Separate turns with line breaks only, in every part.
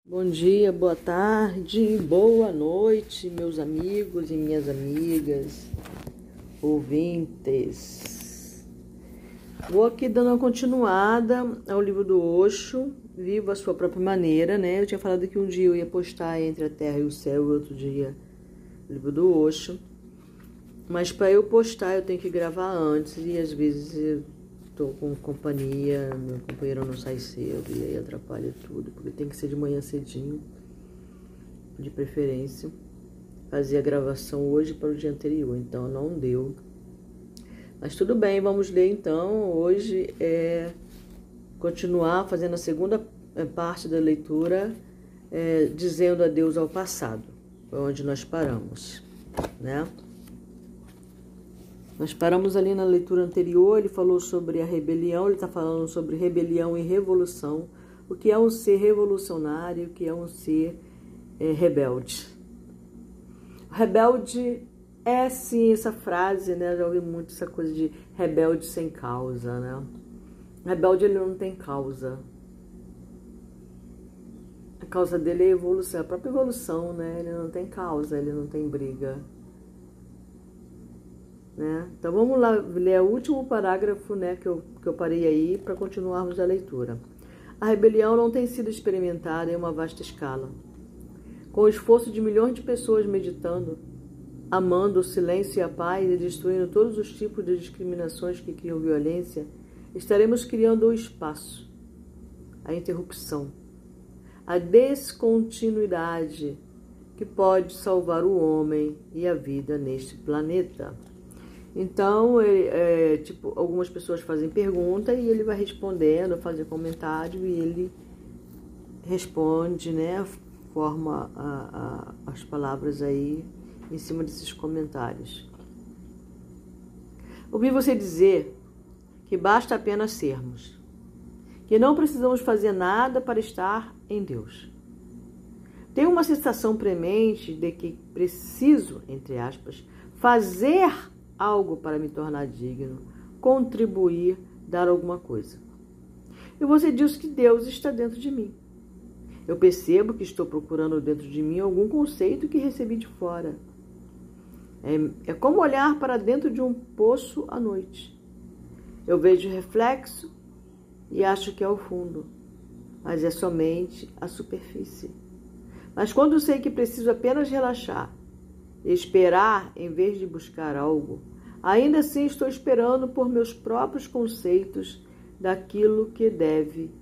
Bom dia, boa tarde, boa noite, meus amigos e minhas amigas, ouvintes. Vou aqui dando uma continuada ao livro do Osho, Viva a Sua Própria Maneira, né? Eu tinha falado que um dia eu ia postar Entre a Terra e o Céu, e outro dia o livro do Osho. Mas para eu postar eu tenho que gravar antes e às vezes eu estou com companhia, meu companheiro não sai cedo e aí atrapalha tudo, porque tem que ser de manhã cedinho, de preferência. Fazia a gravação hoje para o dia anterior, então não deu. Mas tudo bem, vamos ler então. Hoje é continuar fazendo a segunda parte da leitura, dizendo adeus ao passado, onde nós paramos, né? Nós paramos ali na leitura anterior, ele falou sobre a rebelião, ele está falando sobre rebelião e revolução, o que é um ser revolucionário, o que é um ser rebelde. Rebelde é sim essa frase, né? Eu já ouvi muito essa coisa de rebelde sem causa, né? Rebelde ele não tem causa. A causa dele é a evolução, a própria evolução, né? Ele não tem causa, ele não tem briga. Né? Então vamos lá ler o último parágrafo, né, que eu parei aí para continuarmos a leitura. A rebelião não tem sido experimentada em uma vasta escala. Com o esforço de milhões de pessoas meditando, amando o silêncio e a paz e destruindo todos os tipos de discriminações que criam violência, estaremos criando o espaço, a interrupção, a descontinuidade que pode salvar o homem e a vida neste planeta. Então, algumas pessoas fazem pergunta e ele vai respondendo, fazendo comentário e ele responde, né? Forma as palavras aí em cima desses comentários. Ouvi você dizer que basta apenas sermos, que não precisamos fazer nada para estar em Deus. Tenho uma sensação premente de que preciso, entre aspas, fazer algo para me tornar digno, contribuir, dar alguma coisa. E você diz que Deus está dentro de mim. Eu percebo que estou procurando dentro de mim algum conceito que recebi de fora. É como olhar para dentro de um poço à noite. Eu vejo o reflexo e acho que é o fundo, mas é somente a superfície. Mas quando sei que preciso apenas relaxar, esperar em vez de buscar algo, ainda assim estou esperando por meus próprios conceitos daquilo que deve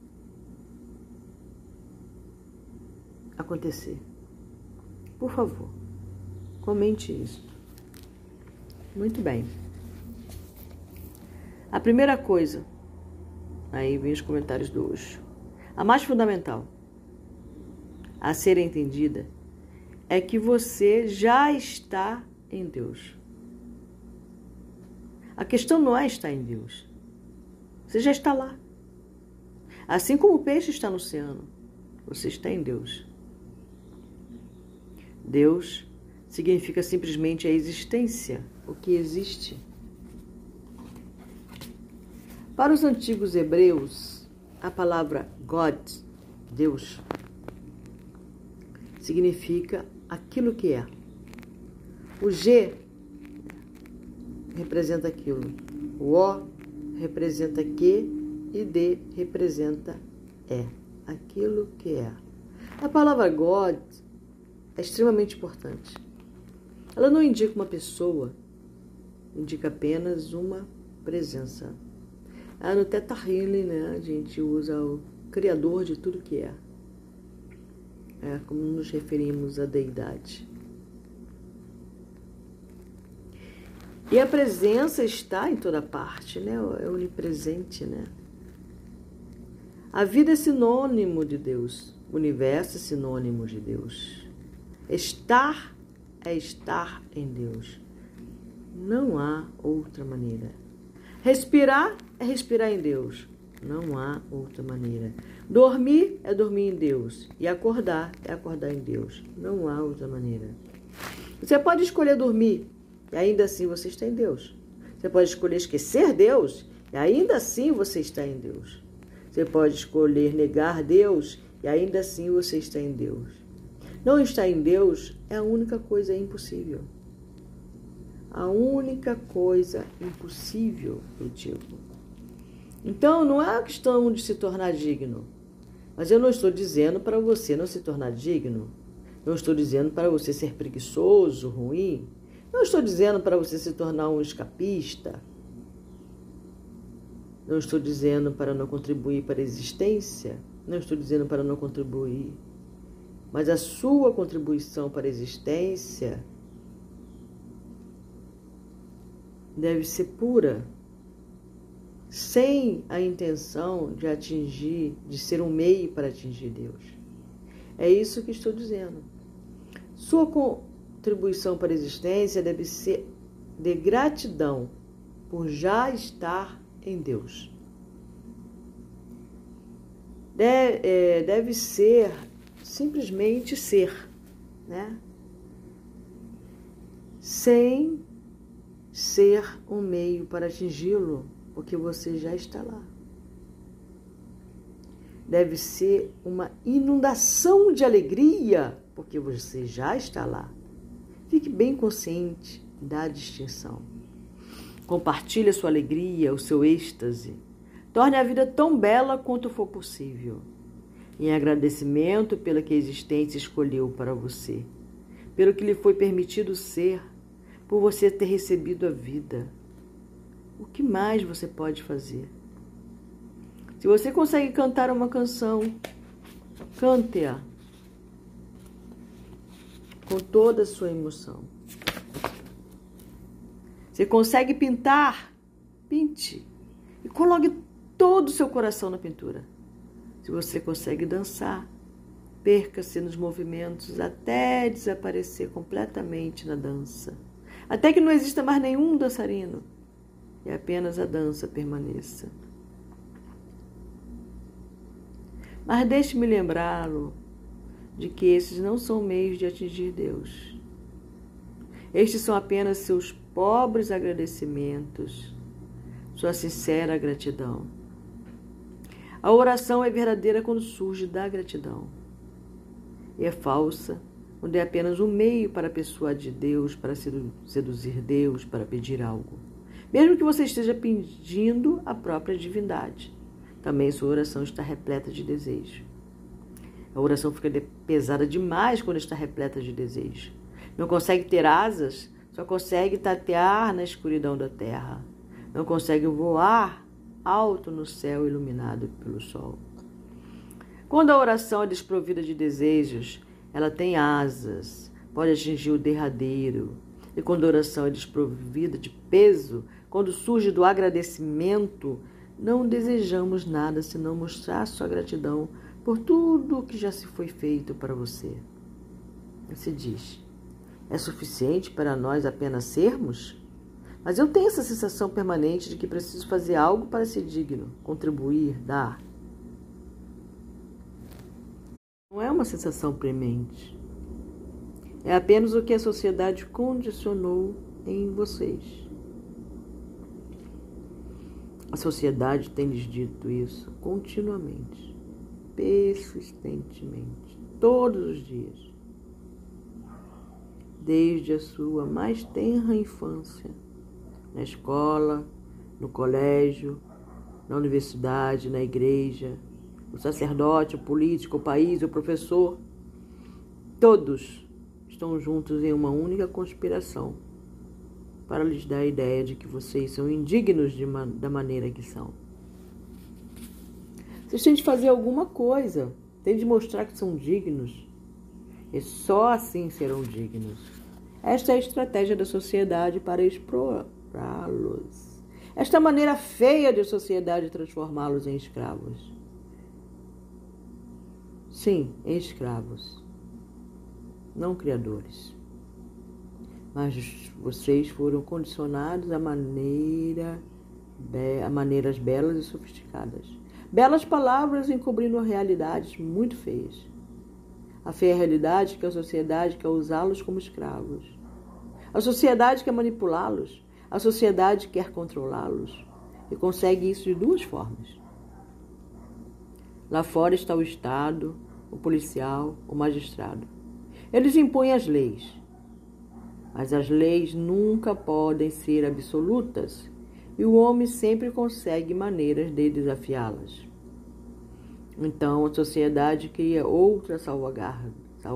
acontecer. Por favor, comente isso. Muito bem. A primeira coisa, aí vem os comentários do Osho, a mais fundamental a ser entendida é que você já está em Deus. A questão não é estar em Deus. Você já está lá. Assim como o peixe está no oceano, você está em Deus. Deus significa simplesmente a existência, o que existe. Para os antigos hebreus, a palavra God, Deus, significa aquilo que é. O G representa aquilo. O O representa que e D representa é. Aquilo que é. A palavra God é extremamente importante. Ela não indica uma pessoa, indica apenas uma presença. No Theta Healing, né, a gente usa o Criador de tudo que é. É como nos referimos à deidade. E a presença está em toda parte, né? É onipresente, né? A vida é sinônimo de Deus. O universo é sinônimo de Deus. Estar é estar em Deus. Não há outra maneira. Respirar é respirar em Deus. Não há outra maneira. Dormir é dormir em Deus. E acordar é acordar em Deus. Não há outra maneira. Você pode escolher dormir e ainda assim você está em Deus. Você pode escolher esquecer Deus e ainda assim você está em Deus. Você pode escolher negar Deus e ainda assim você está em Deus. Não estar em Deus é a única coisa impossível. A única coisa impossível, eu digo. Então, não é a questão de se tornar digno. Mas eu não estou dizendo para você não se tornar digno. Não estou dizendo para você ser preguiçoso, ruim. Não estou dizendo para você se tornar um escapista. Não estou dizendo para não contribuir para a existência. Não estou dizendo para não contribuir. Mas a sua contribuição para a existência deve ser pura, sem a intenção de atingir, de ser um meio para atingir Deus. É isso que estou dizendo. Sua contribuição para a existência deve ser de gratidão por já estar em Deus. Deve ser simplesmente ser, né? Sem ser um meio para atingi-lo, porque você já está lá. Deve ser uma inundação de alegria, porque você já está lá. Fique bem consciente da distinção. Compartilhe a sua alegria, o seu êxtase. Torne a vida tão bela quanto for possível. Em agradecimento pela que a existência escolheu para você, pelo que lhe foi permitido ser, por você ter recebido a vida. O que mais você pode fazer? Se você consegue cantar uma canção, cante-a com toda a sua emoção. Você consegue pintar? Pinte. E coloque todo o seu coração na pintura. Se você consegue dançar, perca-se nos movimentos até desaparecer completamente na dança. Até que não exista mais nenhum dançarino e apenas a dança permaneça. Mas deixe-me lembrá-lo de que esses não são meios de atingir Deus. Estes são apenas seus pobres agradecimentos, sua sincera gratidão. A oração é verdadeira quando surge da gratidão. E é falsa quando é apenas um meio para persuadir Deus, para seduzir Deus, para pedir algo. Mesmo que você esteja pedindo a própria divindade, também sua oração está repleta de desejo. A oração fica pesada demais quando está repleta de desejo. Não consegue ter asas, só consegue tatear na escuridão da terra. Não consegue voar alto no céu iluminado pelo sol. Quando a oração é desprovida de desejos, ela tem asas, pode atingir o derradeiro. E quando a oração é desprovida de peso, quando surge do agradecimento, não desejamos nada senão mostrar sua gratidão por tudo o que já se foi feito para você. Você diz, é suficiente para nós apenas sermos? Mas eu tenho essa sensação permanente de que preciso fazer algo para ser digno, contribuir, dar. Não é uma sensação premente. É apenas o que a sociedade condicionou em vocês. A sociedade tem lhes dito isso continuamente, persistentemente, todos os dias, desde a sua mais tenra infância, na escola, no colégio, na universidade, na igreja, o sacerdote, o político, o país, o professor, todos estão juntos em uma única conspiração para lhes dar a ideia de que vocês são indignos da maneira que são. Vocês têm de fazer alguma coisa, têm de mostrar que são dignos, e só assim serão dignos. Esta é a estratégia da sociedade para explorá-los. Esta maneira feia de sociedade transformá-los em escravos. Sim, em escravos, não criadores. Mas vocês foram condicionados a maneiras belas e sofisticadas. Belas palavras encobrindo realidades muito feias. A feia realidade que a sociedade quer usá-los como escravos. A sociedade quer manipulá-los. A sociedade quer controlá-los. E consegue isso de duas formas. Lá fora está o Estado, o policial, o magistrado. Eles impõem as leis, mas as leis nunca podem ser absolutas e o homem sempre consegue maneiras de desafiá-las. Então a sociedade cria outra salvaguarda,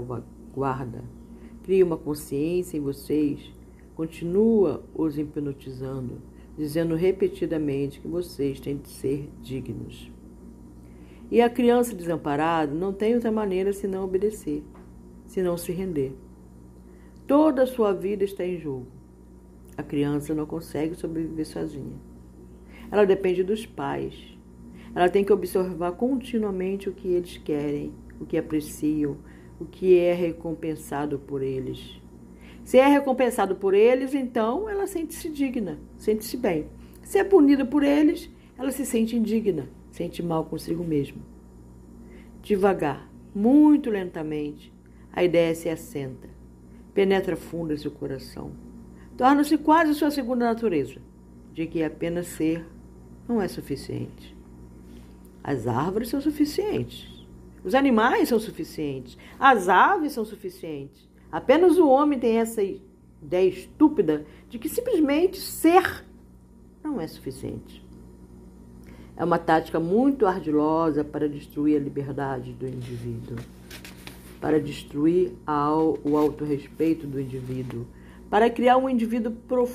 cria uma consciência em vocês, continua os hipnotizando, dizendo repetidamente que vocês têm de ser dignos. E a criança desamparada não tem outra maneira senão obedecer, senão se render. Toda a sua vida está em jogo. A criança não consegue sobreviver sozinha. Ela depende dos pais. Ela tem que observar continuamente o que eles querem, o que apreciam, o que é recompensado por eles. Se é recompensado por eles, então ela sente-se digna, sente-se bem. Se é punida por eles, ela se sente indigna, sente mal consigo mesma. Devagar, muito lentamente, a ideia se assenta, penetra fundo em seu coração. Torna-se quase sua segunda natureza, de que apenas ser não é suficiente. As árvores são suficientes. Os animais são suficientes. As aves são suficientes. Apenas o homem tem essa ideia estúpida de que simplesmente ser não é suficiente. É uma tática muito ardilosa para destruir a liberdade do indivíduo, para destruir o autorrespeito do indivíduo, para criar no indivíduo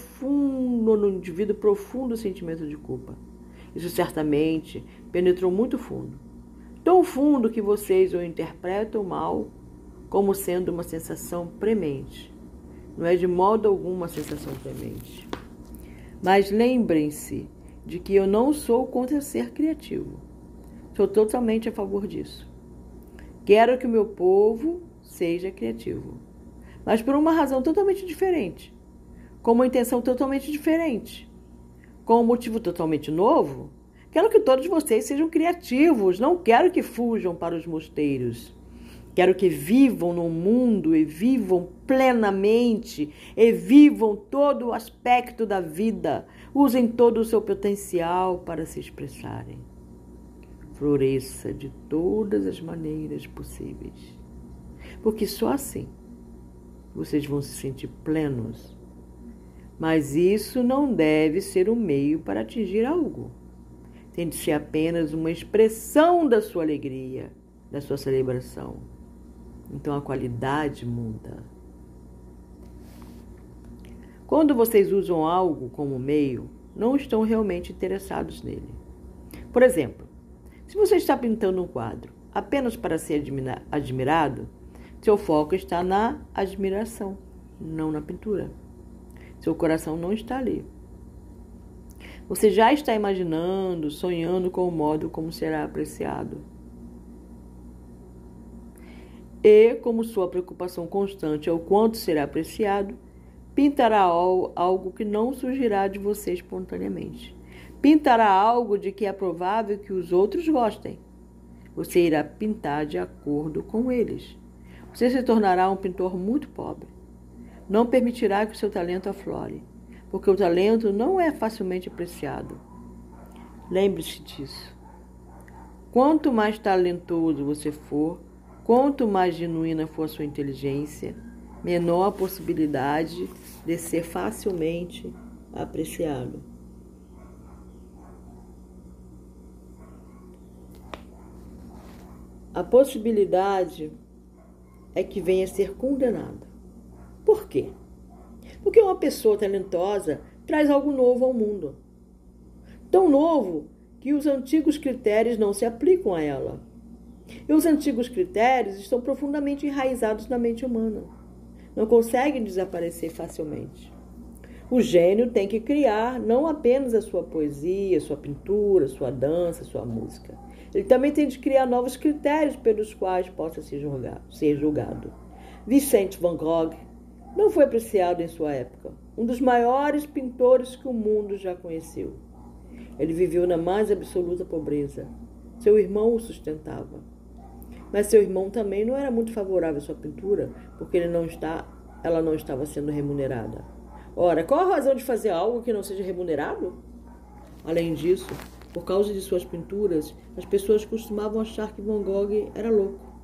profundo sentimento de culpa. Isso certamente penetrou muito fundo. Tão fundo que vocês o interpretam mal como sendo uma sensação premente. Não é de modo algum uma sensação premente. Mas lembrem-se de que eu não sou contra ser criativo. Sou totalmente a favor disso. Quero que o meu povo seja criativo, mas por uma razão totalmente diferente, com uma intenção totalmente diferente, com um motivo totalmente novo. Quero que todos vocês sejam criativos, não quero que fujam para os mosteiros. Quero que vivam no mundo e vivam plenamente, e vivam todo o aspecto da vida, usem todo o seu potencial para se expressarem. Floresça de todas as maneiras possíveis, porque só assim vocês vão se sentir plenos. Mas isso não deve ser um meio para atingir algo. Tem de ser apenas uma expressão da sua alegria, da sua celebração. Então a qualidade muda. Quando vocês usam algo como meio, não estão realmente interessados nele. Por exemplo, se você está pintando um quadro apenas para ser admirado, seu foco está na admiração, não na pintura. Seu coração não está ali. Você já está imaginando, sonhando com o modo como será apreciado. E, como sua preocupação constante é o quanto será apreciado, pintará algo que não surgirá de você espontaneamente. Pintará algo de que é provável que os outros gostem. Você irá pintar de acordo com eles. Você se tornará um pintor muito pobre. Não permitirá que o seu talento aflore, porque o talento não é facilmente apreciado. Lembre-se disso. Quanto mais talentoso você for, quanto mais genuína for a sua inteligência, menor a possibilidade de ser facilmente apreciado. A possibilidade é que venha a ser condenado. Por quê? Porque uma pessoa talentosa traz algo novo ao mundo. Tão novo que os antigos critérios não se aplicam a ela. E os antigos critérios estão profundamente enraizados na mente humana. Não conseguem desaparecer facilmente. O gênio tem que criar não apenas a sua poesia, sua pintura, sua dança, sua música. Ele também tem de criar novos critérios pelos quais possa ser julgado. Vicente Van Gogh não foi apreciado em sua época, um dos maiores pintores que o mundo já conheceu. Ele viveu na mais absoluta pobreza. Seu irmão o sustentava. Mas seu irmão também não era muito favorável à sua pintura, porque ela não estava sendo remunerada. Ora, qual a razão de fazer algo que não seja remunerado? Além disso, por causa de suas pinturas, as pessoas costumavam achar que Van Gogh era louco.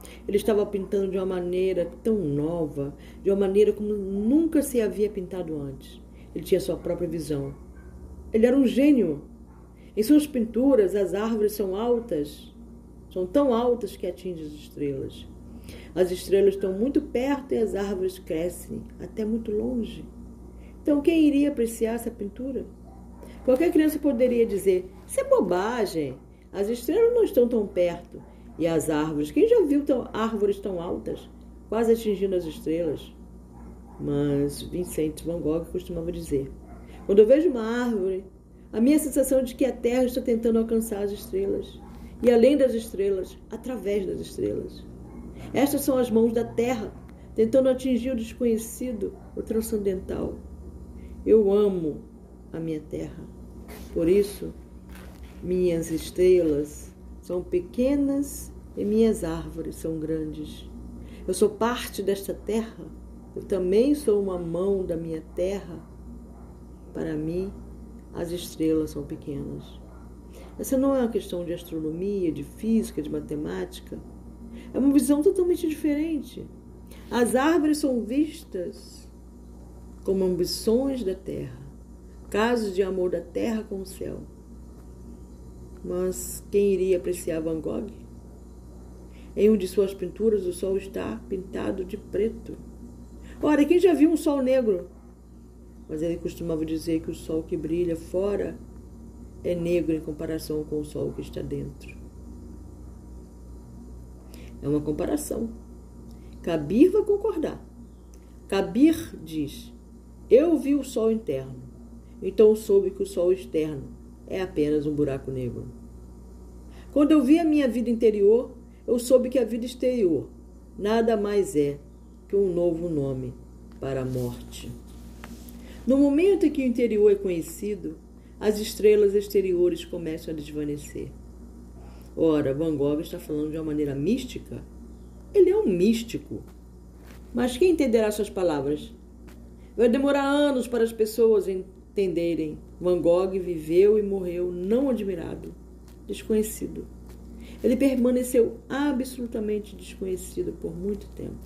Ele estava pintando de uma maneira tão nova, de uma maneira como nunca se havia pintado antes. Ele tinha sua própria visão. Ele era um gênio. Em suas pinturas, as árvores são altas, são tão altas que atingem as estrelas. As estrelas estão muito perto e as árvores crescem até muito longe. Então, quem iria apreciar essa pintura? Qualquer criança poderia dizer, isso é bobagem, as estrelas não estão tão perto. E as árvores, quem já viu árvores tão altas, quase atingindo as estrelas? Mas Vincent van Gogh costumava dizer, quando eu vejo uma árvore, a minha sensação é de que a Terra está tentando alcançar as estrelas. E além das estrelas, através das estrelas. Estas são as mãos da Terra, tentando atingir o desconhecido, o transcendental. Eu amo a minha Terra. Por isso, minhas estrelas são pequenas e minhas árvores são grandes. Eu sou parte desta Terra. Eu também sou uma mão da minha Terra. Para mim, as estrelas são pequenas. Essa não é uma questão de astronomia, de física, de matemática. É uma visão totalmente diferente. As árvores são vistas como ambições da terra, casos de amor da terra com o céu. Mas quem iria apreciar Van Gogh? Em uma de suas pinturas, o sol está pintado de preto. Ora, quem já viu um sol negro? Mas ele costumava dizer que o sol que brilha fora é negro em comparação com o sol que está dentro. É uma comparação. Kabir vai concordar. Kabir diz, eu vi o sol interno, então soube que o sol externo é apenas um buraco negro. Quando eu vi a minha vida interior, eu soube que a vida exterior nada mais é que um novo nome para a morte. No momento em que o interior é conhecido, as estrelas exteriores começam a desvanecer. Ora, Van Gogh está falando de uma maneira mística? Ele é um místico. Mas quem entenderá suas palavras? Vai demorar anos para as pessoas entenderem. Van Gogh viveu e morreu não admirado, desconhecido. Ele permaneceu absolutamente desconhecido por muito tempo.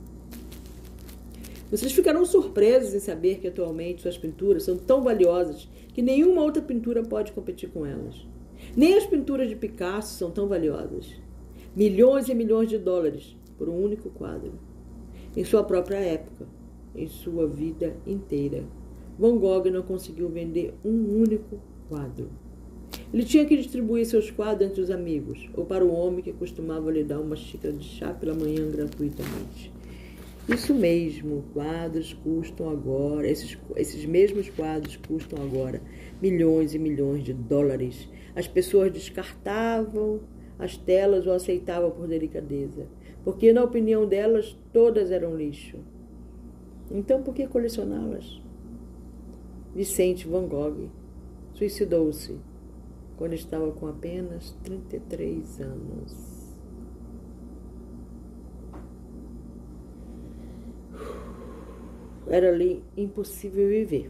Vocês ficarão surpresos em saber que atualmente suas pinturas são tão valiosas que nenhuma outra pintura pode competir com elas. Nem as pinturas de Picasso são tão valiosas. Milhões e milhões de dólares por um único quadro. Em sua própria época, em sua vida inteira, Van Gogh não conseguiu vender um único quadro. Ele tinha que distribuir seus quadros entre os amigos, ou para o homem que costumava lhe dar uma xícara de chá pela manhã gratuitamente. Isso mesmo, quadros custam agora, esses mesmos quadros custam agora milhões e milhões de dólares. As pessoas descartavam as telas ou aceitavam por delicadeza, porque na opinião delas todas eram lixo. Então por que colecioná-las? Vicente Van Gogh suicidou-se quando estava com apenas 33 anos. Era ali impossível viver.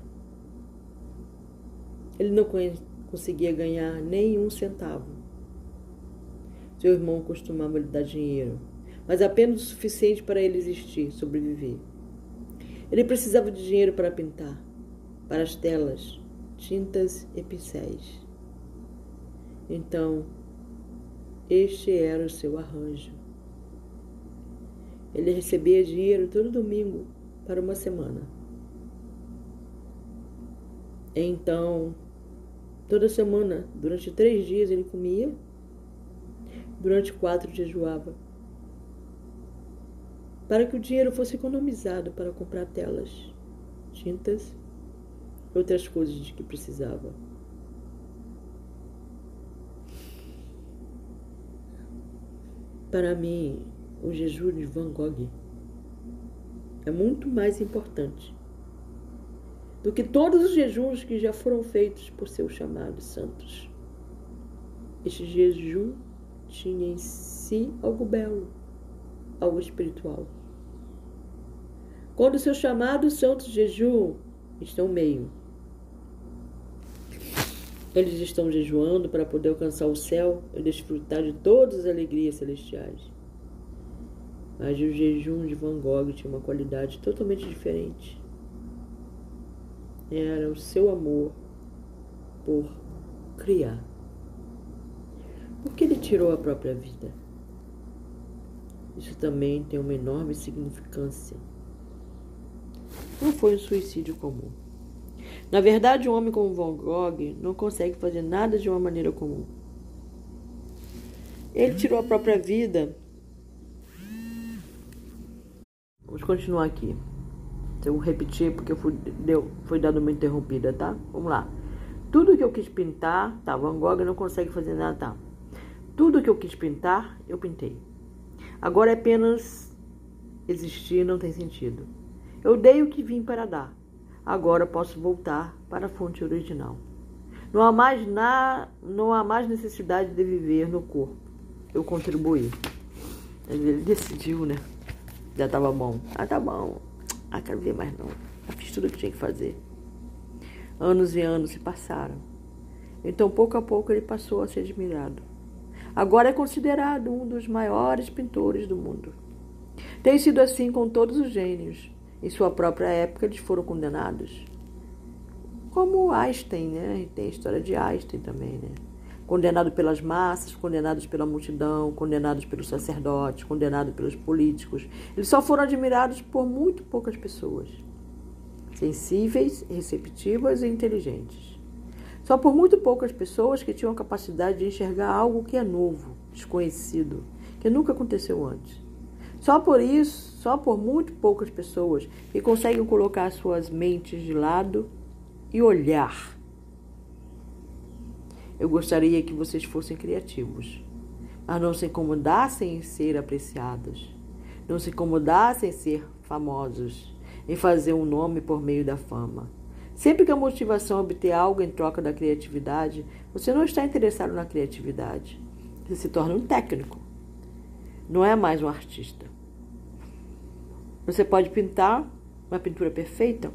Ele não conseguia ganhar nem um centavo. Seu irmão costumava lhe dar dinheiro, mas apenas o suficiente para ele existir, sobreviver. Ele precisava de dinheiro para pintar, para as telas, tintas e pincéis. Então, este era o seu arranjo. Ele recebia dinheiro todo domingo para uma semana. Então, toda semana, durante 3 dias ele comia, durante 4 jejuava, para que o dinheiro fosse economizado para comprar telas, tintas e outras coisas de que precisava. Para mim, o jejum de Van Gogh é muito mais importante do que todos os jejuns que já foram feitos por seus chamados santos. Este jejum tinha em si algo belo, algo espiritual. Quando seus chamados santos jejuam, estão meio. Eles estão jejuando para poder alcançar o céu e desfrutar de todas as alegrias celestiais. Mas o jejum de Van Gogh tinha uma qualidade totalmente diferente. Era o seu amor por criar. Por que ele tirou a própria vida? Isso também tem uma enorme significância. Não foi um suicídio comum. Na verdade, um homem como Van Gogh não consegue fazer nada de uma maneira comum. Ele tirou a própria vida. Vamos continuar aqui. Eu vou repetir porque foi dado uma interrompida, tá? Vamos lá. Tudo que eu quis pintar, tá, Van Gogh não consegue fazer nada, tá? Tudo que eu quis pintar, eu pintei. Agora é apenas existir, não tem sentido. Eu dei o que vim para dar. Agora posso voltar para a fonte original. Não há mais necessidade de viver no corpo. Eu contribuí. Ele decidiu, né? Já estava bom. Tá bom. Quero ver mais não. Já fiz tudo o que tinha que fazer. Anos e anos se passaram. Então, pouco a pouco, ele passou a ser admirado. Agora é considerado um dos maiores pintores do mundo. Tem sido assim com todos os gênios. Em sua própria época, eles foram condenados. Como Einstein, né? Tem a história de Einstein também, né? Condenado pelas massas, condenados pela multidão, condenados pelos sacerdotes, condenados pelos políticos. Eles só foram admirados por muito poucas pessoas. Sensíveis, receptivas e inteligentes. Só por muito poucas pessoas que tinham a capacidade de enxergar algo que é novo, desconhecido, que nunca aconteceu antes. Só por muito poucas pessoas que conseguem colocar suas mentes de lado e olhar. Eu gostaria que vocês fossem criativos, mas não se incomodassem em ser apreciados, não se incomodassem em ser famosos, em fazer um nome por meio da fama. Sempre que a motivação é obter algo em troca da criatividade, você não está interessado na criatividade. Você se torna um técnico. Não é mais um artista. Você pode pintar uma pintura perfeita,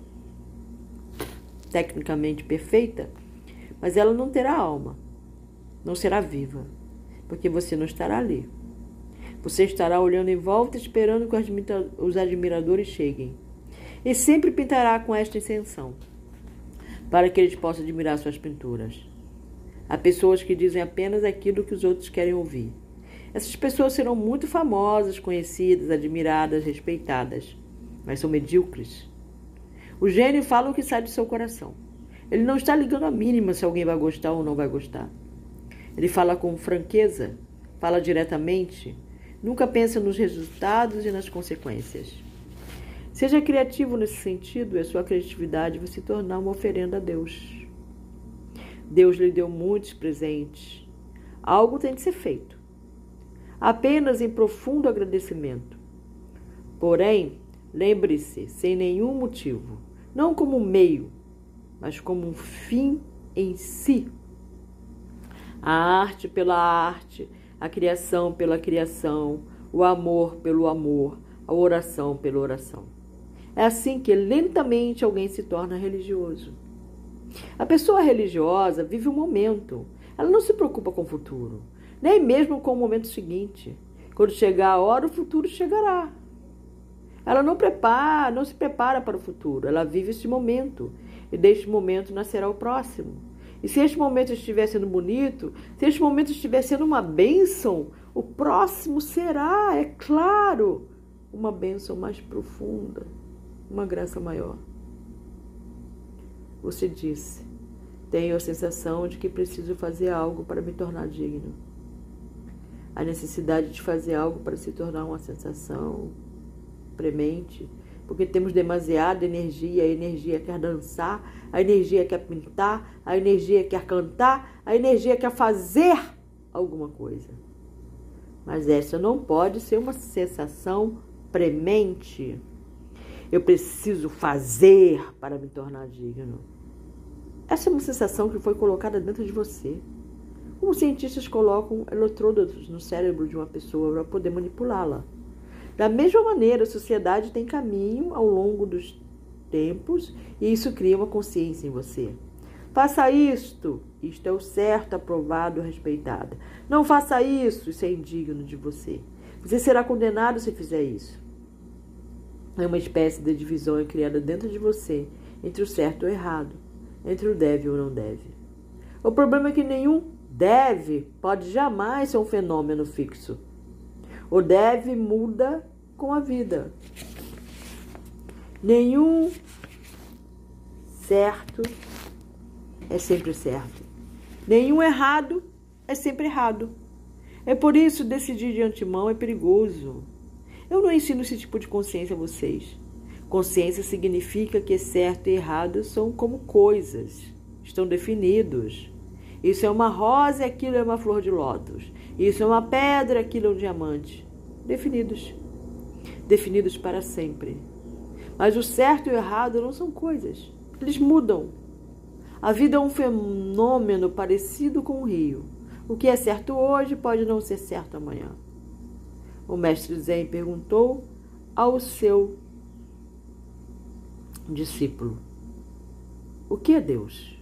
tecnicamente perfeita, mas ela não terá alma, não será viva, porque você não estará ali. Você estará olhando em volta, esperando que os admiradores cheguem. E sempre pintará com esta intenção, para que eles possam admirar suas pinturas. Há pessoas que dizem apenas aquilo que os outros querem ouvir. Essas pessoas serão muito famosas, conhecidas, admiradas, respeitadas, mas são medíocres. O gênio fala o que sai do seu coração. Ele não está ligando a mínima se alguém vai gostar ou não vai gostar. Ele fala com franqueza, fala diretamente, nunca pensa nos resultados e nas consequências. Seja criativo nesse sentido e a sua criatividade vai se tornar uma oferenda a Deus. Deus lhe deu muitos presentes. Algo tem de ser feito. Apenas em profundo agradecimento. Porém, lembre-se, sem nenhum motivo, não como um meio, mas como um fim em si. A arte pela arte, a criação pela criação, o amor pelo amor, a oração pela oração. É assim que lentamente alguém se torna religioso. A pessoa religiosa vive o momento. Ela não se preocupa com o futuro, nem mesmo com o momento seguinte. Quando chegar a hora, o futuro chegará. Ela não se prepara para o futuro. Ela vive esse momento. E deste momento nascerá o próximo. E se este momento estiver sendo bonito, se este momento estiver sendo uma bênção, o próximo será, é claro, uma bênção mais profunda, uma graça maior. Você disse: tenho a sensação de que preciso fazer algo para me tornar digno. A necessidade de fazer algo para se tornar uma sensação premente, porque temos demasiada energia. A energia quer dançar, a energia quer pintar, a energia quer cantar, a energia quer fazer alguma coisa. Mas essa não pode ser uma sensação premente. Eu preciso fazer para me tornar digno. Essa é uma sensação que foi colocada dentro de você. Como cientistas colocam eletrodos no cérebro de uma pessoa para poder manipulá-la. Da mesma maneira, a sociedade tem caminho ao longo dos tempos e isso cria uma consciência em você. Faça isto é o certo, aprovado, respeitado. Não faça isso é indigno de você. Você será condenado se fizer isso. É uma espécie de divisão criada dentro de você entre o certo e o errado, entre o deve e o não deve. O problema é que nenhum deve pode jamais ser um fenômeno fixo. O deve muda com a vida. Nenhum certo é sempre certo. Nenhum errado é sempre errado. É por isso decidir de antemão é perigoso. Eu não ensino esse tipo de consciência a vocês. Consciência significa que certo e errado são como coisas, estão definidos. Isso é uma rosa e aquilo é uma flor de lótus. Isso é uma pedra e aquilo é um diamante. Definidos. Definidos para sempre. Mas o certo e o errado não são coisas. Eles mudam. A vida é um fenômeno parecido com o rio. O que é certo hoje pode não ser certo amanhã. O mestre Zen perguntou ao seu discípulo: o que é Deus?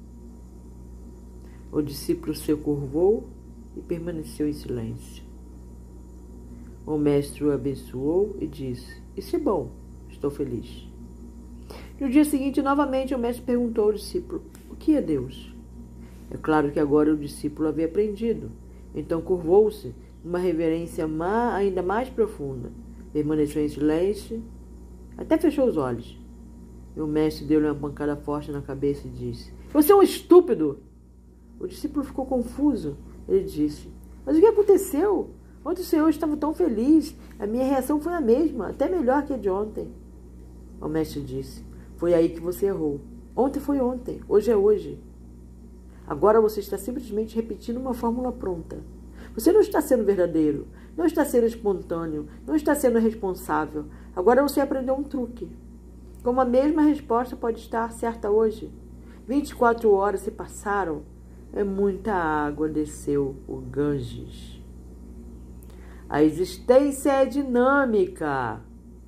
O discípulo se curvou e permaneceu em silêncio. O mestre o abençoou e disse: isso é bom, estou feliz. No dia seguinte, novamente, o mestre perguntou ao discípulo: o que é Deus? É claro que agora o discípulo havia aprendido. Então curvou-se numa reverência ainda mais profunda. Permaneceu em silêncio, até fechou os olhos. E o mestre deu-lhe uma pancada forte na cabeça e disse: você é um estúpido! O discípulo ficou confuso. Ele disse: mas o que aconteceu? Ontem o senhor estava tão feliz. A minha reação foi a mesma, até melhor que a de ontem. O mestre disse: foi aí que você errou. Ontem foi ontem, hoje é hoje. Agora você está simplesmente repetindo uma fórmula pronta. Você não está sendo verdadeiro, não está sendo espontâneo, não está sendo responsável. Agora você aprendeu um truque. Como a mesma resposta pode estar certa hoje. 24 horas se passaram, muita água desceu o Ganges. A existência é dinâmica.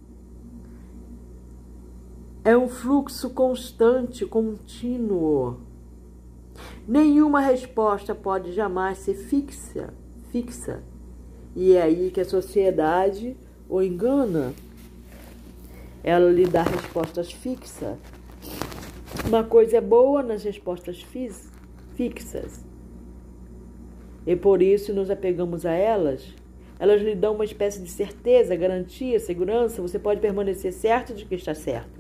É um fluxo constante, contínuo. Nenhuma resposta pode jamais ser fixa. E é aí que a sociedade o engana. Ela lhe dá respostas fixas. Uma coisa é boa nas respostas fixas. E por isso nos apegamos a elas. Elas lhe dão uma espécie de certeza, garantia, segurança. Você pode permanecer certo de que está certo.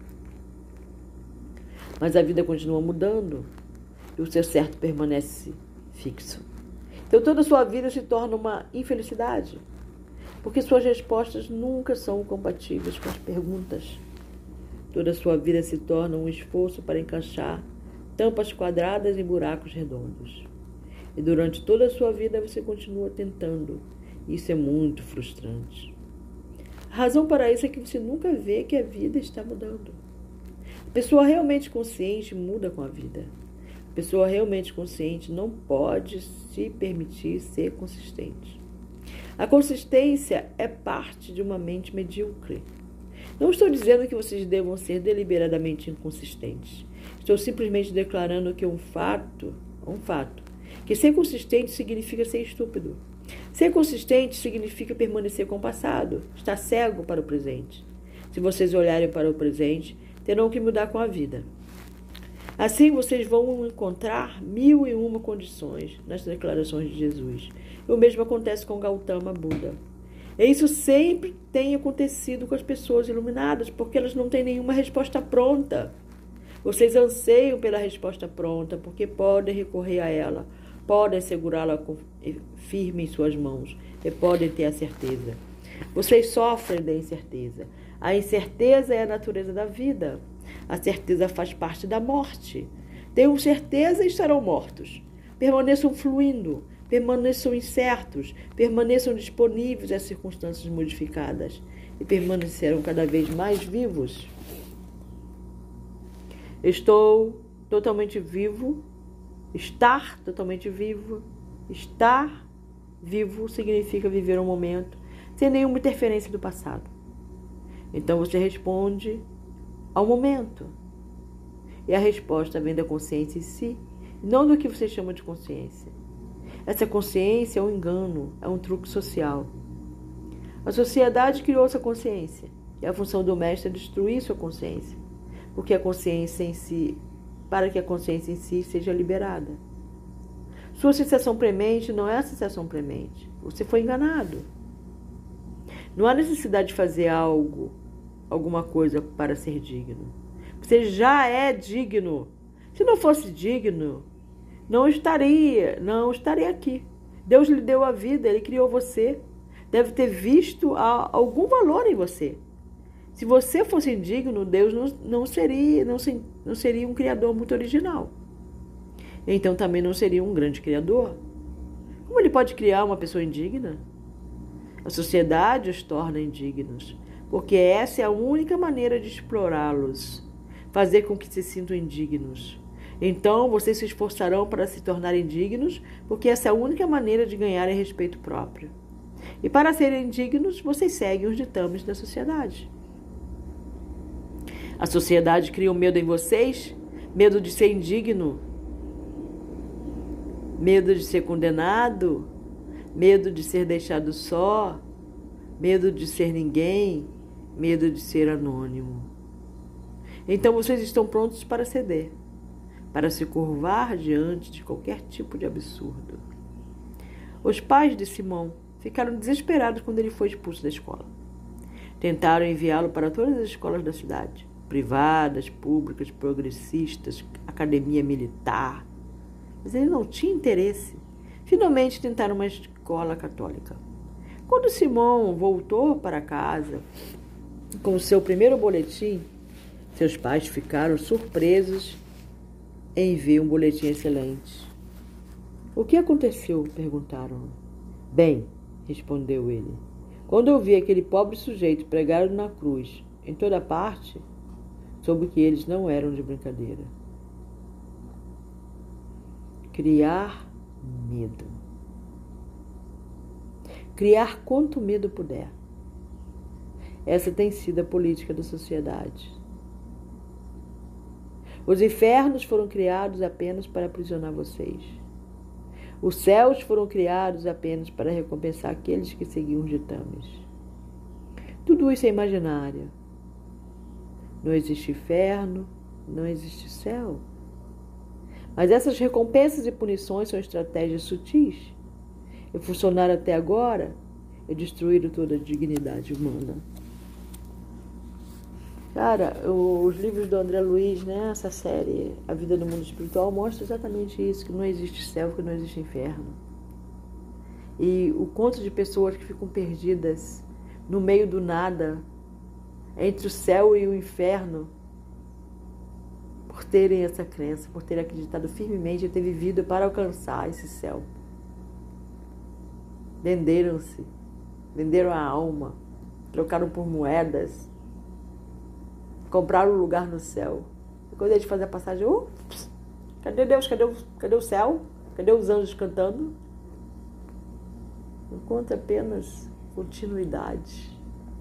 Mas a vida continua mudando. E o seu certo permanece fixo. Então toda a sua vida se torna uma infelicidade. Porque suas respostas nunca são compatíveis com as perguntas. Toda a sua vida se torna um esforço para encaixar tampas quadradas em buracos redondos. E durante toda a sua vida você continua tentando. Isso é muito frustrante. A razão para isso é que você nunca vê que a vida está mudando. A pessoa realmente consciente muda com a vida. A pessoa realmente consciente não pode se permitir ser consistente. A consistência é parte de uma mente medíocre. Não estou dizendo que vocês devam ser deliberadamente inconsistentes. Estou simplesmente declarando que é um fato, que ser consistente significa ser estúpido. Ser consistente significa permanecer com o passado, estar cego para o presente. Se vocês olharem para o presente, terão que mudar com a vida. Assim vocês vão encontrar 1001 condições nas declarações de Jesus. E o mesmo acontece com Gautama Buda. E isso sempre tem acontecido com as pessoas iluminadas, porque elas não têm nenhuma resposta pronta. Vocês anseiam pela resposta pronta, porque podem recorrer a ela, podem segurá-la firme em suas mãos e podem ter a certeza. Vocês sofrem da incerteza. A incerteza é a natureza da vida. A certeza faz parte da morte. Tenham certeza e estarão mortos. Permaneçam fluindo, permaneçam incertos, permaneçam disponíveis às circunstâncias modificadas e permanecerão cada vez mais vivos. Estou totalmente vivo. Estar totalmente vivo. Estar vivo significa viver um momento sem nenhuma interferência do passado. Então você responde ao momento. E a resposta vem da consciência em si, não do que você chama de consciência. Essa consciência é um engano, é um truque social. A sociedade criou sua consciência. E a função do mestre é destruir sua consciência. Porque a consciência em si, para que a consciência em si seja liberada. Sua sensação premente não é a sensação premente. Você foi enganado. Não há necessidade de fazer alguma coisa para ser digno. Você já é digno. Se não fosse digno, não estaria aqui. Deus lhe deu a vida, Ele criou você. Deve ter visto algum valor em você. Se você fosse indigno, Deus não seria um criador muito original. Então também não seria um grande criador. Como Ele pode criar uma pessoa indigna? A sociedade os torna indignos, porque essa é a única maneira de explorá-los, fazer com que se sintam indignos. Então vocês se esforçarão para se tornarem dignos, porque essa é a única maneira de ganharem respeito próprio. E para serem dignos, vocês seguem os ditames da sociedade. A sociedade cria um medo em vocês, medo de ser indigno, medo de ser condenado, medo de ser deixado só, medo de ser ninguém, medo de ser anônimo. Então vocês estão prontos para ceder, para se curvar diante de qualquer tipo de absurdo. Os pais de Simão ficaram desesperados quando ele foi expulso da escola. Tentaram enviá-lo para todas as escolas da cidade, privadas, públicas, progressistas, academia militar, mas ele não tinha interesse. Finalmente tentaram uma escola católica. Quando Simão voltou para casa com o seu primeiro boletim, seus pais ficaram surpresos em ver um boletim excelente. O que aconteceu? Perguntaram. Bem, respondeu ele, quando eu vi aquele pobre sujeito pregado na cruz em toda parte, soube que eles não eram de brincadeira. Criar medo. Criar quanto medo puder. Essa tem sido a política da sociedade. Os infernos foram criados apenas para aprisionar vocês. Os céus foram criados apenas para recompensar aqueles que seguiam os ditames. Tudo isso é imaginário. Não existe inferno, não existe céu. Mas essas recompensas e punições são estratégias sutis. E funcionaram até agora e destruíram toda a dignidade humana. Cara, os livros do André Luiz, né, essa série, A Vida no Mundo Espiritual, mostra exatamente isso, que não existe céu, que não existe inferno. E o conto de pessoas que ficam perdidas no meio do nada, entre o céu e o inferno, por terem essa crença, por terem acreditado firmemente e ter vivido para alcançar esse céu. Venderam-se, venderam a alma, trocaram por moedas, compraram um lugar no céu. E quando eles fazem a passagem, cadê Deus? Cadê o céu? Cadê os anjos cantando? Encontra apenas continuidade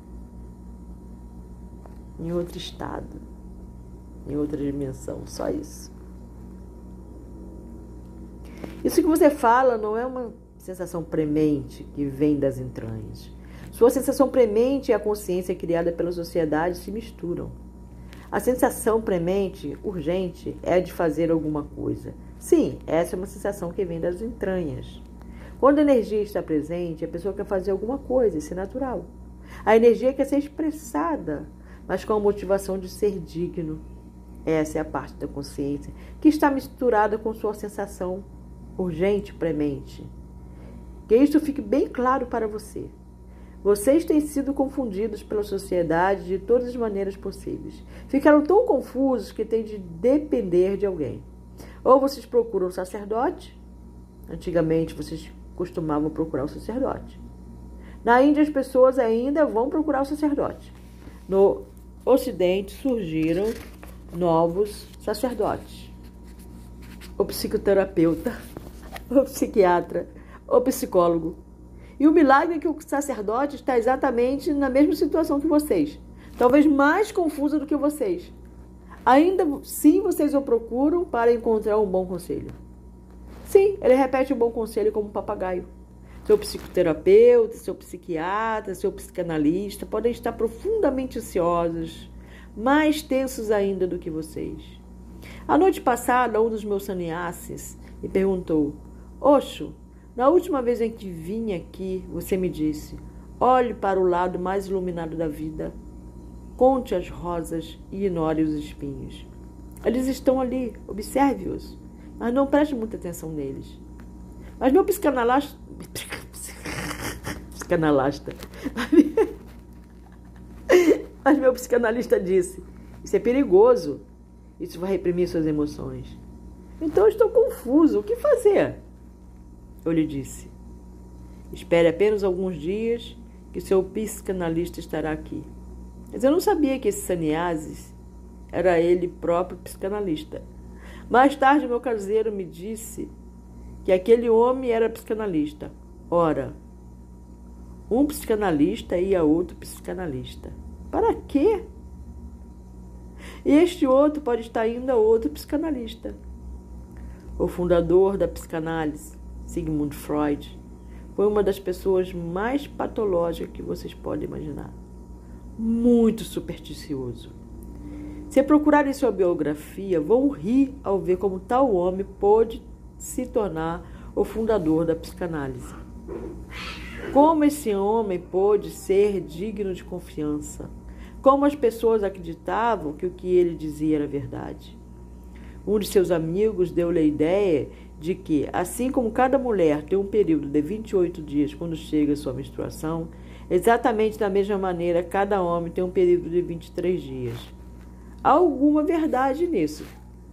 em outro estado, em outra dimensão, só isso. Isso que você fala não é uma sensação premente que vem das entranhas. Sua sensação premente e a consciência criada pela sociedade se misturam. A sensação premente, urgente, é a de fazer alguma coisa. Sim, essa é uma sensação que vem das entranhas. Quando a energia está presente, a pessoa quer fazer alguma coisa, isso é natural. A energia quer ser expressada, mas com a motivação de ser digno. Essa é a parte da consciência que está misturada com sua sensação urgente, premente. Que isto fique bem claro para você. Vocês têm sido confundidos pela sociedade de todas as maneiras possíveis. Ficaram tão confusos que têm de depender de alguém. Ou vocês procuram um sacerdote. Antigamente vocês costumavam procurar o sacerdote. Na Índia as pessoas ainda vão procurar o sacerdote. No Ocidente surgiram novos sacerdotes. O psicoterapeuta, o psiquiatra, o psicólogo. E o milagre é que o sacerdote está exatamente na mesma situação que vocês. Talvez mais confusa do que vocês. Ainda sim vocês o procuram para encontrar um bom conselho. Sim, ele repete o bom conselho como um papagaio. Seu psicoterapeuta, seu psiquiatra, seu psicanalista podem estar profundamente ansiosos, mais tensos ainda do que vocês. A noite passada, um dos meus sannyasis me perguntou: Osho, na última vez em que vim aqui, você me disse: olhe para o lado mais iluminado da vida, conte as rosas e ignore os espinhos. Eles estão ali, observe-os, mas não preste muita atenção neles. Mas meu psicanalista mas meu psicanalista disse: isso é perigoso, isso vai reprimir suas emoções. Então eu estou confuso, o que fazer? Eu lhe disse: espere apenas alguns dias que seu psicanalista estará aqui. Mas eu não sabia que esse sannyasis era ele próprio psicanalista. Mais tarde, meu caseiro me disse que aquele homem era psicanalista. Ora, um psicanalista ia a outro psicanalista. Para quê? E este outro pode estar indo a outro psicanalista. O fundador da psicanálise, Sigmund Freud, foi uma das pessoas mais patológicas que vocês podem imaginar. Muito supersticioso. Se procurarem sua biografia, vão rir ao ver como tal homem pôde se tornar o fundador da psicanálise. Como esse homem pôde ser digno de confiança. Como as pessoas acreditavam que o que ele dizia era verdade. Um de seus amigos deu-lhe a ideia de que, assim como cada mulher tem um período de 28 dias quando chega a sua menstruação, exatamente da mesma maneira cada homem tem um período de 23 dias. Há alguma verdade nisso.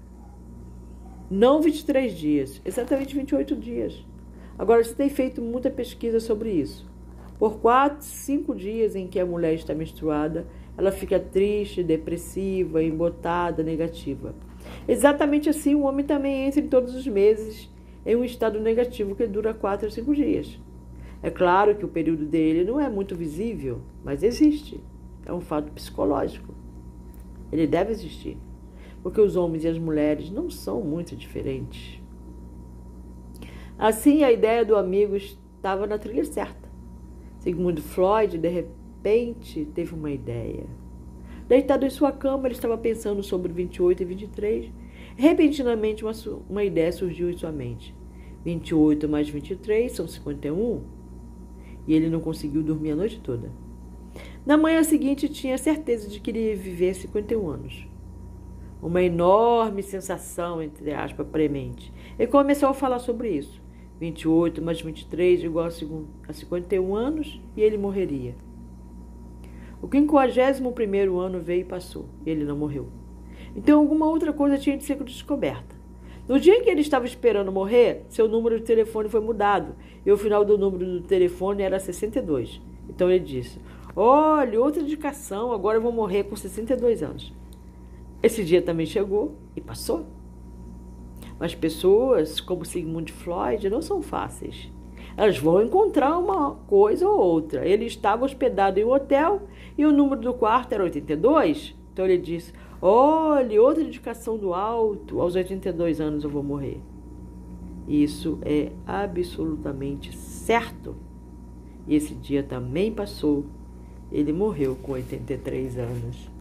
Não 23 dias, exatamente 28 dias. Agora, se tem feito muita pesquisa sobre isso. Por 4, 5 dias em que a mulher está menstruada, ela fica triste, depressiva, embotada, negativa. Exatamente assim, o homem também entra em todos os meses em um estado negativo que dura 4 a 5 dias. É claro que o período dele não é muito visível, mas existe. É um fato psicológico. Ele deve existir, porque os homens e as mulheres não são muito diferentes. Assim, a ideia do amigo estava na trilha certa. Sigmund Freud, de repente, teve uma ideia. Deitado em sua cama, ele estava pensando sobre 28 e 23. Repentinamente, uma ideia surgiu em sua mente. 28 mais 23 são 51. E ele não conseguiu dormir a noite toda. Na manhã seguinte, tinha certeza de que ele ia viver 51 anos. Uma enorme sensação, entre aspas, premente. Ele começou a falar sobre isso. 28 mais 23 igual a 51 anos e ele morreria. O 51º ano veio e passou. E ele não morreu. Então alguma outra coisa tinha de ser descoberta. No dia em que ele estava esperando morrer, seu número de telefone foi mudado. E o final do número do telefone era 62. Então ele disse: olha, outra indicação, agora eu vou morrer com 62 anos. Esse dia também chegou e passou. Mas pessoas como Sigmund Freud não são fáceis. Elas vão encontrar uma coisa ou outra. Ele estava hospedado em um hotel e o número do quarto era 82. Então ele disse: olha, outra indicação do alto, aos 82 anos eu vou morrer. Isso é absolutamente certo. E esse dia também passou. Ele morreu com 83 anos.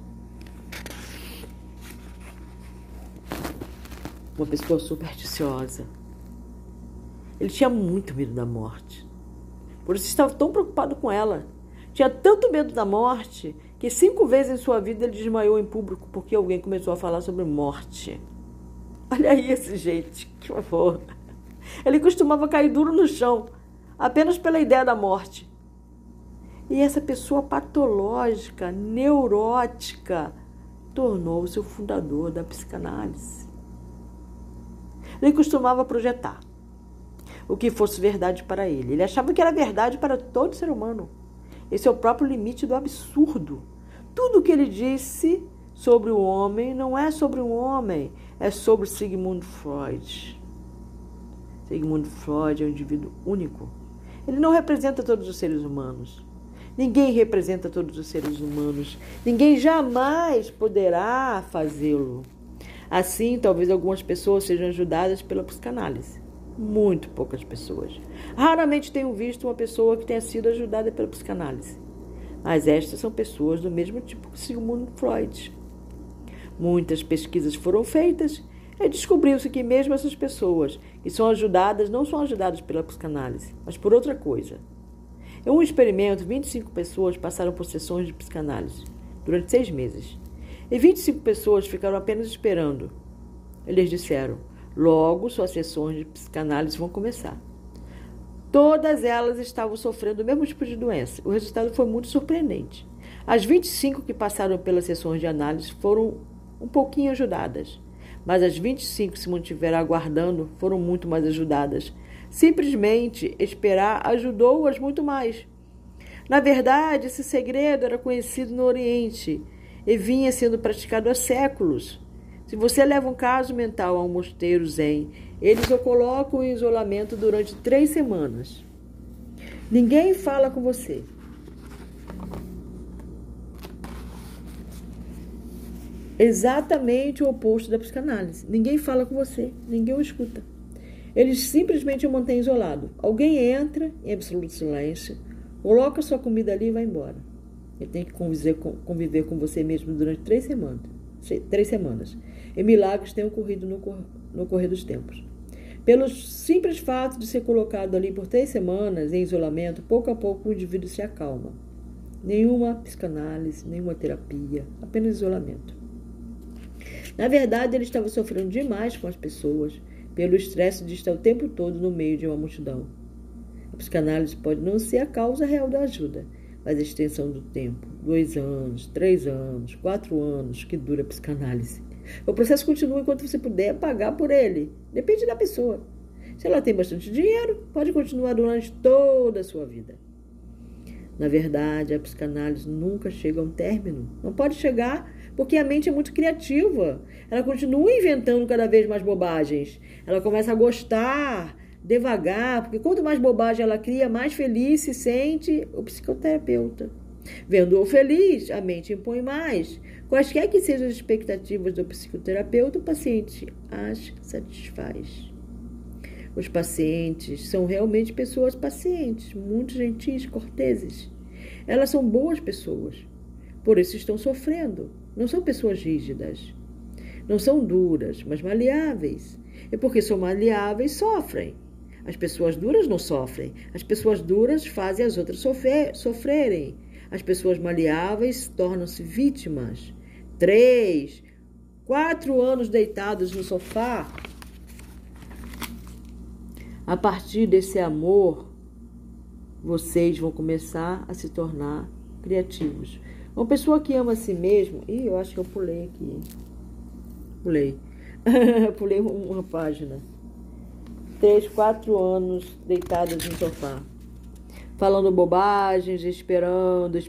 Uma pessoa supersticiosa. Ele tinha muito medo da morte. Por isso estava tão preocupado com ela. Tinha tanto medo da morte que 5 vezes em sua vida ele desmaiou em público porque alguém começou a falar sobre morte. Olha aí esse gente, que horror. Ele costumava cair duro no chão, apenas pela ideia da morte. E essa pessoa patológica, neurótica, tornou-se o fundador da psicanálise. Ele costumava projetar o que fosse verdade para ele. Ele achava que era verdade para todo ser humano. Esse é o próprio limite do absurdo. Tudo o que ele disse sobre o homem não é sobre um homem, é sobre Sigmund Freud. Sigmund Freud é um indivíduo único. Ele não representa todos os seres humanos. Ninguém representa todos os seres humanos. Ninguém jamais poderá fazê-lo. Assim, talvez algumas pessoas sejam ajudadas pela psicanálise. Muito poucas pessoas. Raramente tenho visto uma pessoa que tenha sido ajudada pela psicanálise. Mas estas são pessoas do mesmo tipo que Sigmund Freud. Muitas pesquisas foram feitas e descobriu-se que mesmo essas pessoas que são ajudadas não são ajudadas pela psicanálise, mas por outra coisa. Em um experimento, 25 pessoas passaram por sessões de psicanálise durante 6 meses. E 25 pessoas ficaram apenas esperando. Eles disseram: logo suas sessões de psicanálise vão começar. Todas elas estavam sofrendo do mesmo tipo de doença. O resultado foi muito surpreendente. As 25 que passaram pelas sessões de análise foram um pouquinho ajudadas, mas as 25 que se mantiveram aguardando foram muito mais ajudadas. Simplesmente esperar ajudou-as muito mais. Na verdade, esse segredo era conhecido no Oriente e vinha sendo praticado há séculos. Se você leva um caso mental a um mosteiro zen, eles o colocam em isolamento durante 3 semanas. Ninguém fala com você. Exatamente o oposto da psicanálise. Ninguém fala com você, ninguém o escuta. Eles simplesmente o mantêm isolado. Alguém entra em absoluto silêncio, coloca sua comida ali e vai embora. Ele tem que conviver com você mesmo durante 3 semanas. 3 semanas. E milagres têm ocorrido no correr dos tempos. Pelo simples fato de ser colocado ali por 3 semanas em isolamento, pouco a pouco o indivíduo se acalma. Nenhuma psicanálise, nenhuma terapia, apenas isolamento. Na verdade, ele estava sofrendo demais com as pessoas, pelo estresse de estar o tempo todo no meio de uma multidão. A psicanálise pode não ser a causa real da ajuda, mas a extensão do tempo, 2 anos, 3 anos, 4 anos, que dura a psicanálise. O processo continua enquanto você puder pagar por ele. Depende da pessoa. Se ela tem bastante dinheiro, pode continuar durante toda a sua vida. Na verdade, a psicanálise nunca chega a um término. Não pode chegar porque a mente é muito criativa. Ela continua inventando cada vez mais bobagens. Ela começa a gostar devagar, porque quanto mais bobagem ela cria, mais feliz se sente o psicoterapeuta. Vendo-o feliz, a mente impõe mais. Quaisquer que sejam as expectativas do psicoterapeuta, o paciente as satisfaz. Os pacientes são realmente pessoas pacientes, muito gentis, corteses. Elas são boas pessoas, por isso estão sofrendo. Não são pessoas rígidas. Não são duras, mas maleáveis. E porque são maleáveis, sofrem. As pessoas duras não sofrem. As pessoas duras fazem as outras sofrerem. As pessoas maleáveis tornam-se vítimas. 3, 4 anos deitados no sofá. A partir desse amor, vocês vão começar a se tornar criativos. Uma pessoa que ama a si mesmo... Ih, eu acho que eu pulei aqui. Pulei uma página. 3, 4 anos deitadas no sofá. Falando bobagens, esperando.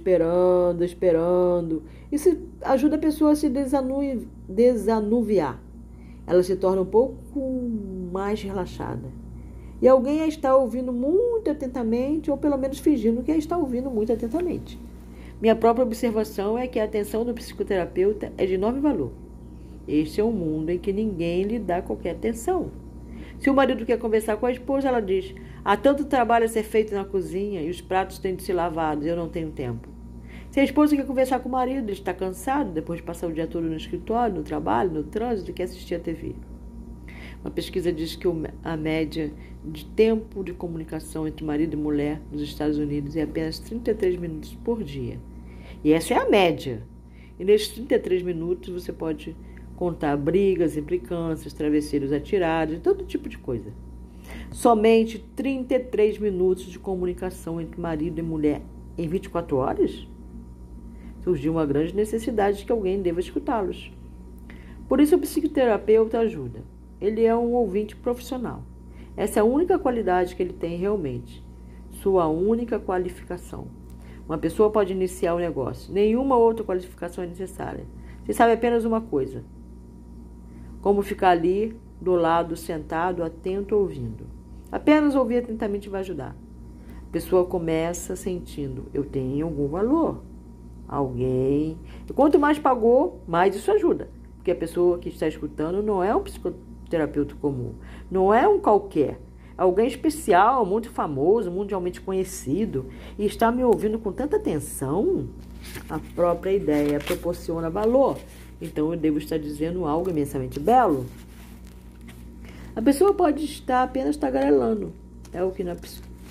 Isso ajuda a pessoa a se desanuviar. Ela se torna um pouco mais relaxada. E alguém a está ouvindo muito atentamente, ou pelo menos fingindo que a está ouvindo muito atentamente. Minha própria observação é que a atenção do psicoterapeuta é de enorme valor. Este é um mundo em que ninguém lhe dá qualquer atenção. Se o marido quer conversar com a esposa, ela diz: há tanto trabalho a ser feito na cozinha e os pratos têm de ser lavados, eu não tenho tempo. Se a esposa quer conversar com o marido, ele está cansado, depois de passar o dia todo no escritório, no trabalho, no trânsito, e quer assistir a TV. Uma pesquisa diz que a média de tempo de comunicação entre marido e mulher nos Estados Unidos é apenas 33 minutos por dia. E essa é a média. E nesses 33 minutos você pode contar brigas, implicâncias, travesseiros atirados, todo tipo de coisa. Somente 33 minutos de comunicação entre marido e mulher em 24 horas? Surgiu uma grande necessidade de que alguém deva escutá-los. Por isso o psicoterapeuta ajuda. Ele é um ouvinte profissional. Essa é a única qualidade que ele tem realmente. Sua única qualificação. Uma pessoa pode iniciar o negócio. Nenhuma outra qualificação é necessária. Você sabe apenas uma coisa. Como ficar ali, do lado, sentado, atento, ouvindo. Apenas ouvir atentamente vai ajudar. A pessoa começa sentindo: eu tenho algum valor. Alguém. E quanto mais pagou, mais isso ajuda. Porque a pessoa que está escutando não é um psicoterapeuta comum. Não é um qualquer. alguém especial, muito famoso, mundialmente conhecido, e está me ouvindo com tanta atenção, a própria ideia proporciona valor. Então eu devo estar dizendo algo imensamente belo. A pessoa pode estar apenas tagarelando. É o que na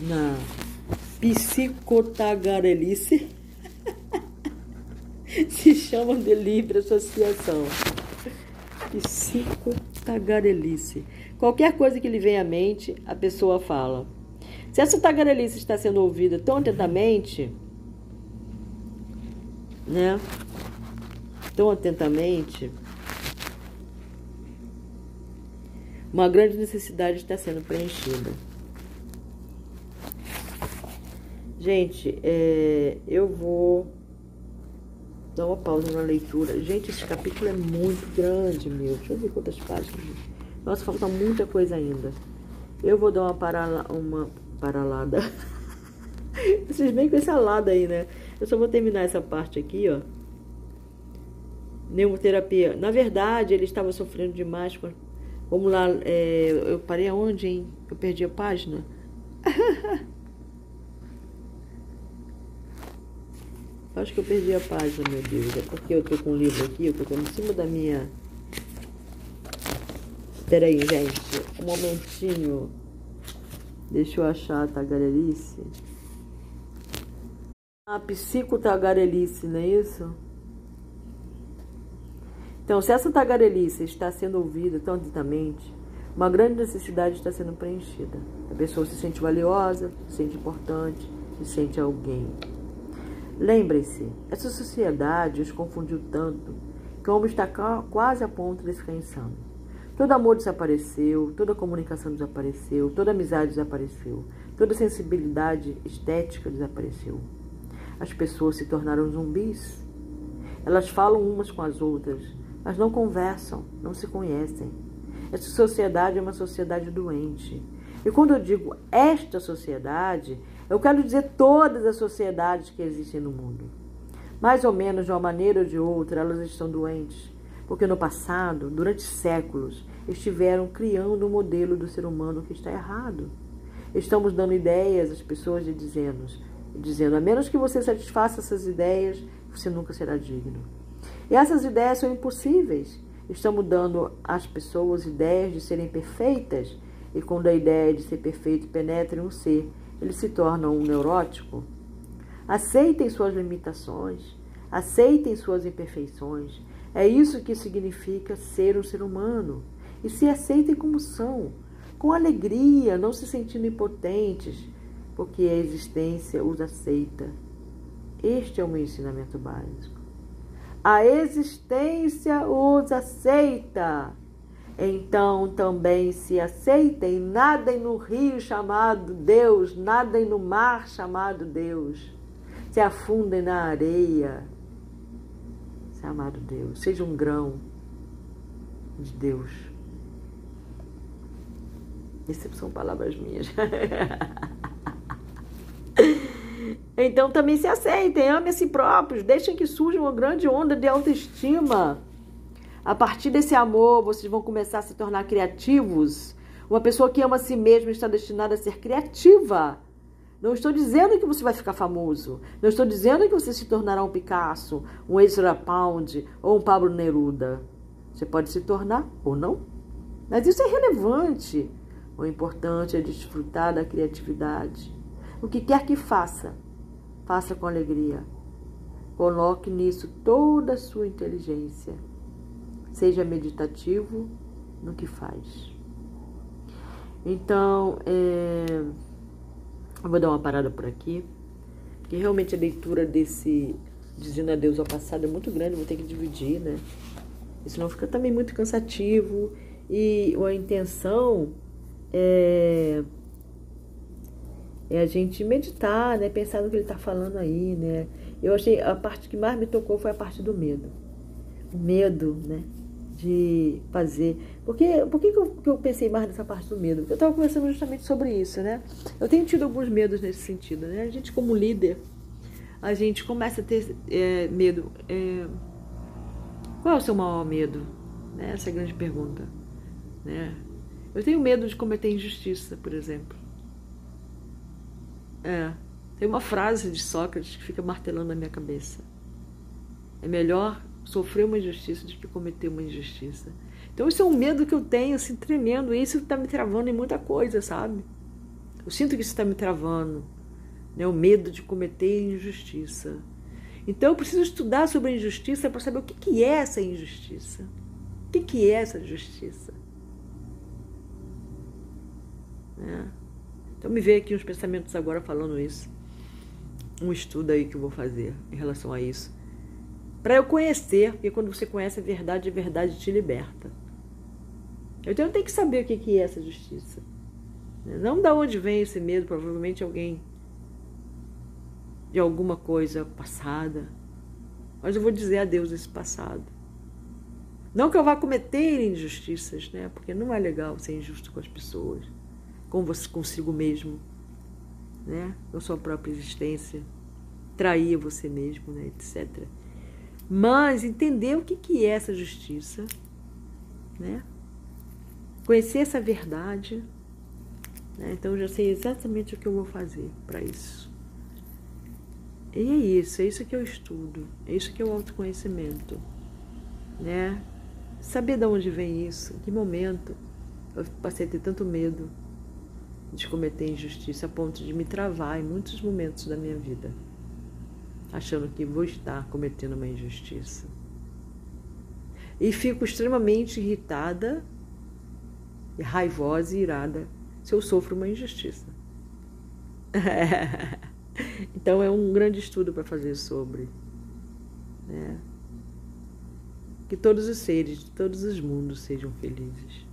psicotagarelice se chama de livre associação. Psicotagarelice. Qualquer coisa que lhe venha à mente, a pessoa fala. Se essa tagarelice está sendo ouvida tão atentamente, né? Tão atentamente, uma grande necessidade está sendo preenchida. Gente, eu vou dar uma pausa na leitura. Gente, esse capítulo é muito grande, meu. Deixa eu ver quantas páginas. Nossa, falta muita coisa ainda. Eu vou dar uma paralada. Vocês veem com essa lada aí, né? Eu só vou terminar essa parte aqui, ó. Neuroterapia. Na verdade, ele estava sofrendo demais com... Vamos lá, eu parei aonde, hein? Eu perdi a página. Acho que eu perdi a página, meu Deus. É porque eu tô com um livro aqui, eu tô em cima da minha... Espera aí, gente. Um momentinho. Deixa eu achar a tagarelice. A psicotagarelice, não é isso? Então, se essa tagarelice está sendo ouvida tão atentamente, uma grande necessidade está sendo preenchida. A pessoa se sente valiosa, se sente importante, se sente alguém. Lembre-se, essa sociedade os confundiu tanto que o homem está quase a ponto de ficar insano. Todo amor desapareceu, toda comunicação desapareceu, toda amizade desapareceu, toda sensibilidade estética desapareceu. As pessoas se tornaram zumbis. Elas falam umas com as outras, mas não conversam, não se conhecem. Essa sociedade é uma sociedade doente. E quando eu digo esta sociedade, eu quero dizer todas as sociedades que existem no mundo. Mais ou menos, de uma maneira ou de outra, elas estão doentes. Porque no passado, durante séculos, estiveram criando um modelo do ser humano que está errado. Estamos dando ideias às pessoas e dizendo, a menos que você satisfaça essas ideias, você nunca será digno. E essas ideias são impossíveis. Estamos dando às pessoas ideias de serem perfeitas, e quando a ideia de ser perfeito penetra em um ser, ele se torna um neurótico. Aceitem suas limitações, aceitem suas imperfeições. É isso que significa ser um ser humano. E se aceitem como são, com alegria, não se sentindo impotentes, porque a existência os aceita. Este é o meu ensinamento básico. A existência os aceita. Então também se aceitem, nadem no rio chamado Deus, nadem no mar chamado Deus, se afundem na areia, chamado Deus, seja um grão de Deus. Essas são palavras minhas. Então também se aceitem, amem a si próprios, deixem que surja uma grande onda de autoestima. A partir desse amor, vocês vão começar a se tornar criativos. Uma pessoa que ama a si mesma está destinada a ser criativa. Não estou dizendo que você vai ficar famoso. Não estou dizendo que você se tornará um Picasso, um Ezra Pound ou um Pablo Neruda. Você pode se tornar ou não. Mas isso é irrelevante. O importante é desfrutar da criatividade. O que quer que faça, faça com alegria. Coloque nisso toda a sua inteligência. Seja meditativo no que faz. Então, eu vou dar uma parada por aqui, porque realmente a leitura desse Dizendo Adeus ao Passado é muito grande, vou ter que dividir, né? Senão fica também muito cansativo. E a intenção é a gente meditar, né? Pensar no que ele está falando aí, né? Eu achei, a parte que mais me tocou foi a parte do medo. O medo, né? De fazer. Por que eu pensei mais nessa parte do medo? Porque eu estava conversando justamente sobre isso, né? Eu tenho tido alguns medos nesse sentido, né? A gente, como líder, a gente começa a ter medo. Qual é o seu maior medo? Né? Essa é a grande pergunta, né? Eu tenho medo de cometer injustiça, por exemplo. Tem uma frase de Sócrates que fica martelando na minha cabeça. É melhor sofrer uma injustiça do que cometer uma injustiça. Então isso é um medo que eu tenho, assim, tremendo. E isso está me travando em muita coisa, sabe? Eu sinto que isso está me travando, né? O medo de cometer injustiça. Então eu preciso estudar sobre a injustiça para saber o que é essa injustiça. O que é essa justiça? Né? Então me veio aqui uns pensamentos agora falando isso. Um estudo aí que eu vou fazer em relação a isso. Para eu conhecer, porque quando você conhece a verdade te liberta. Então eu tenho que saber o que é essa justiça. Não de onde vem esse medo, provavelmente alguém de alguma coisa passada. Mas eu vou dizer a Deus esse passado. Não que eu vá cometer injustiças, né? Porque não é legal ser injusto com as pessoas, com você, consigo mesmo, né? Com a sua própria existência, trair você mesmo, né? Etc. Mas entender o que é essa justiça, né? Conhecer essa verdade, né? Então eu já sei exatamente o que eu vou fazer para isso. E é isso que eu estudo, é isso que é o autoconhecimento, né? Saber de onde vem isso, em que momento eu passei a ter tanto medo de cometer injustiça a ponto de me travar em muitos momentos da minha vida, achando que vou estar cometendo uma injustiça. E fico extremamente irritada, raivosa e irada se eu sofro uma injustiça. Então é um grande estudo para fazer sobre, né? Que todos os seres de todos os mundos sejam felizes.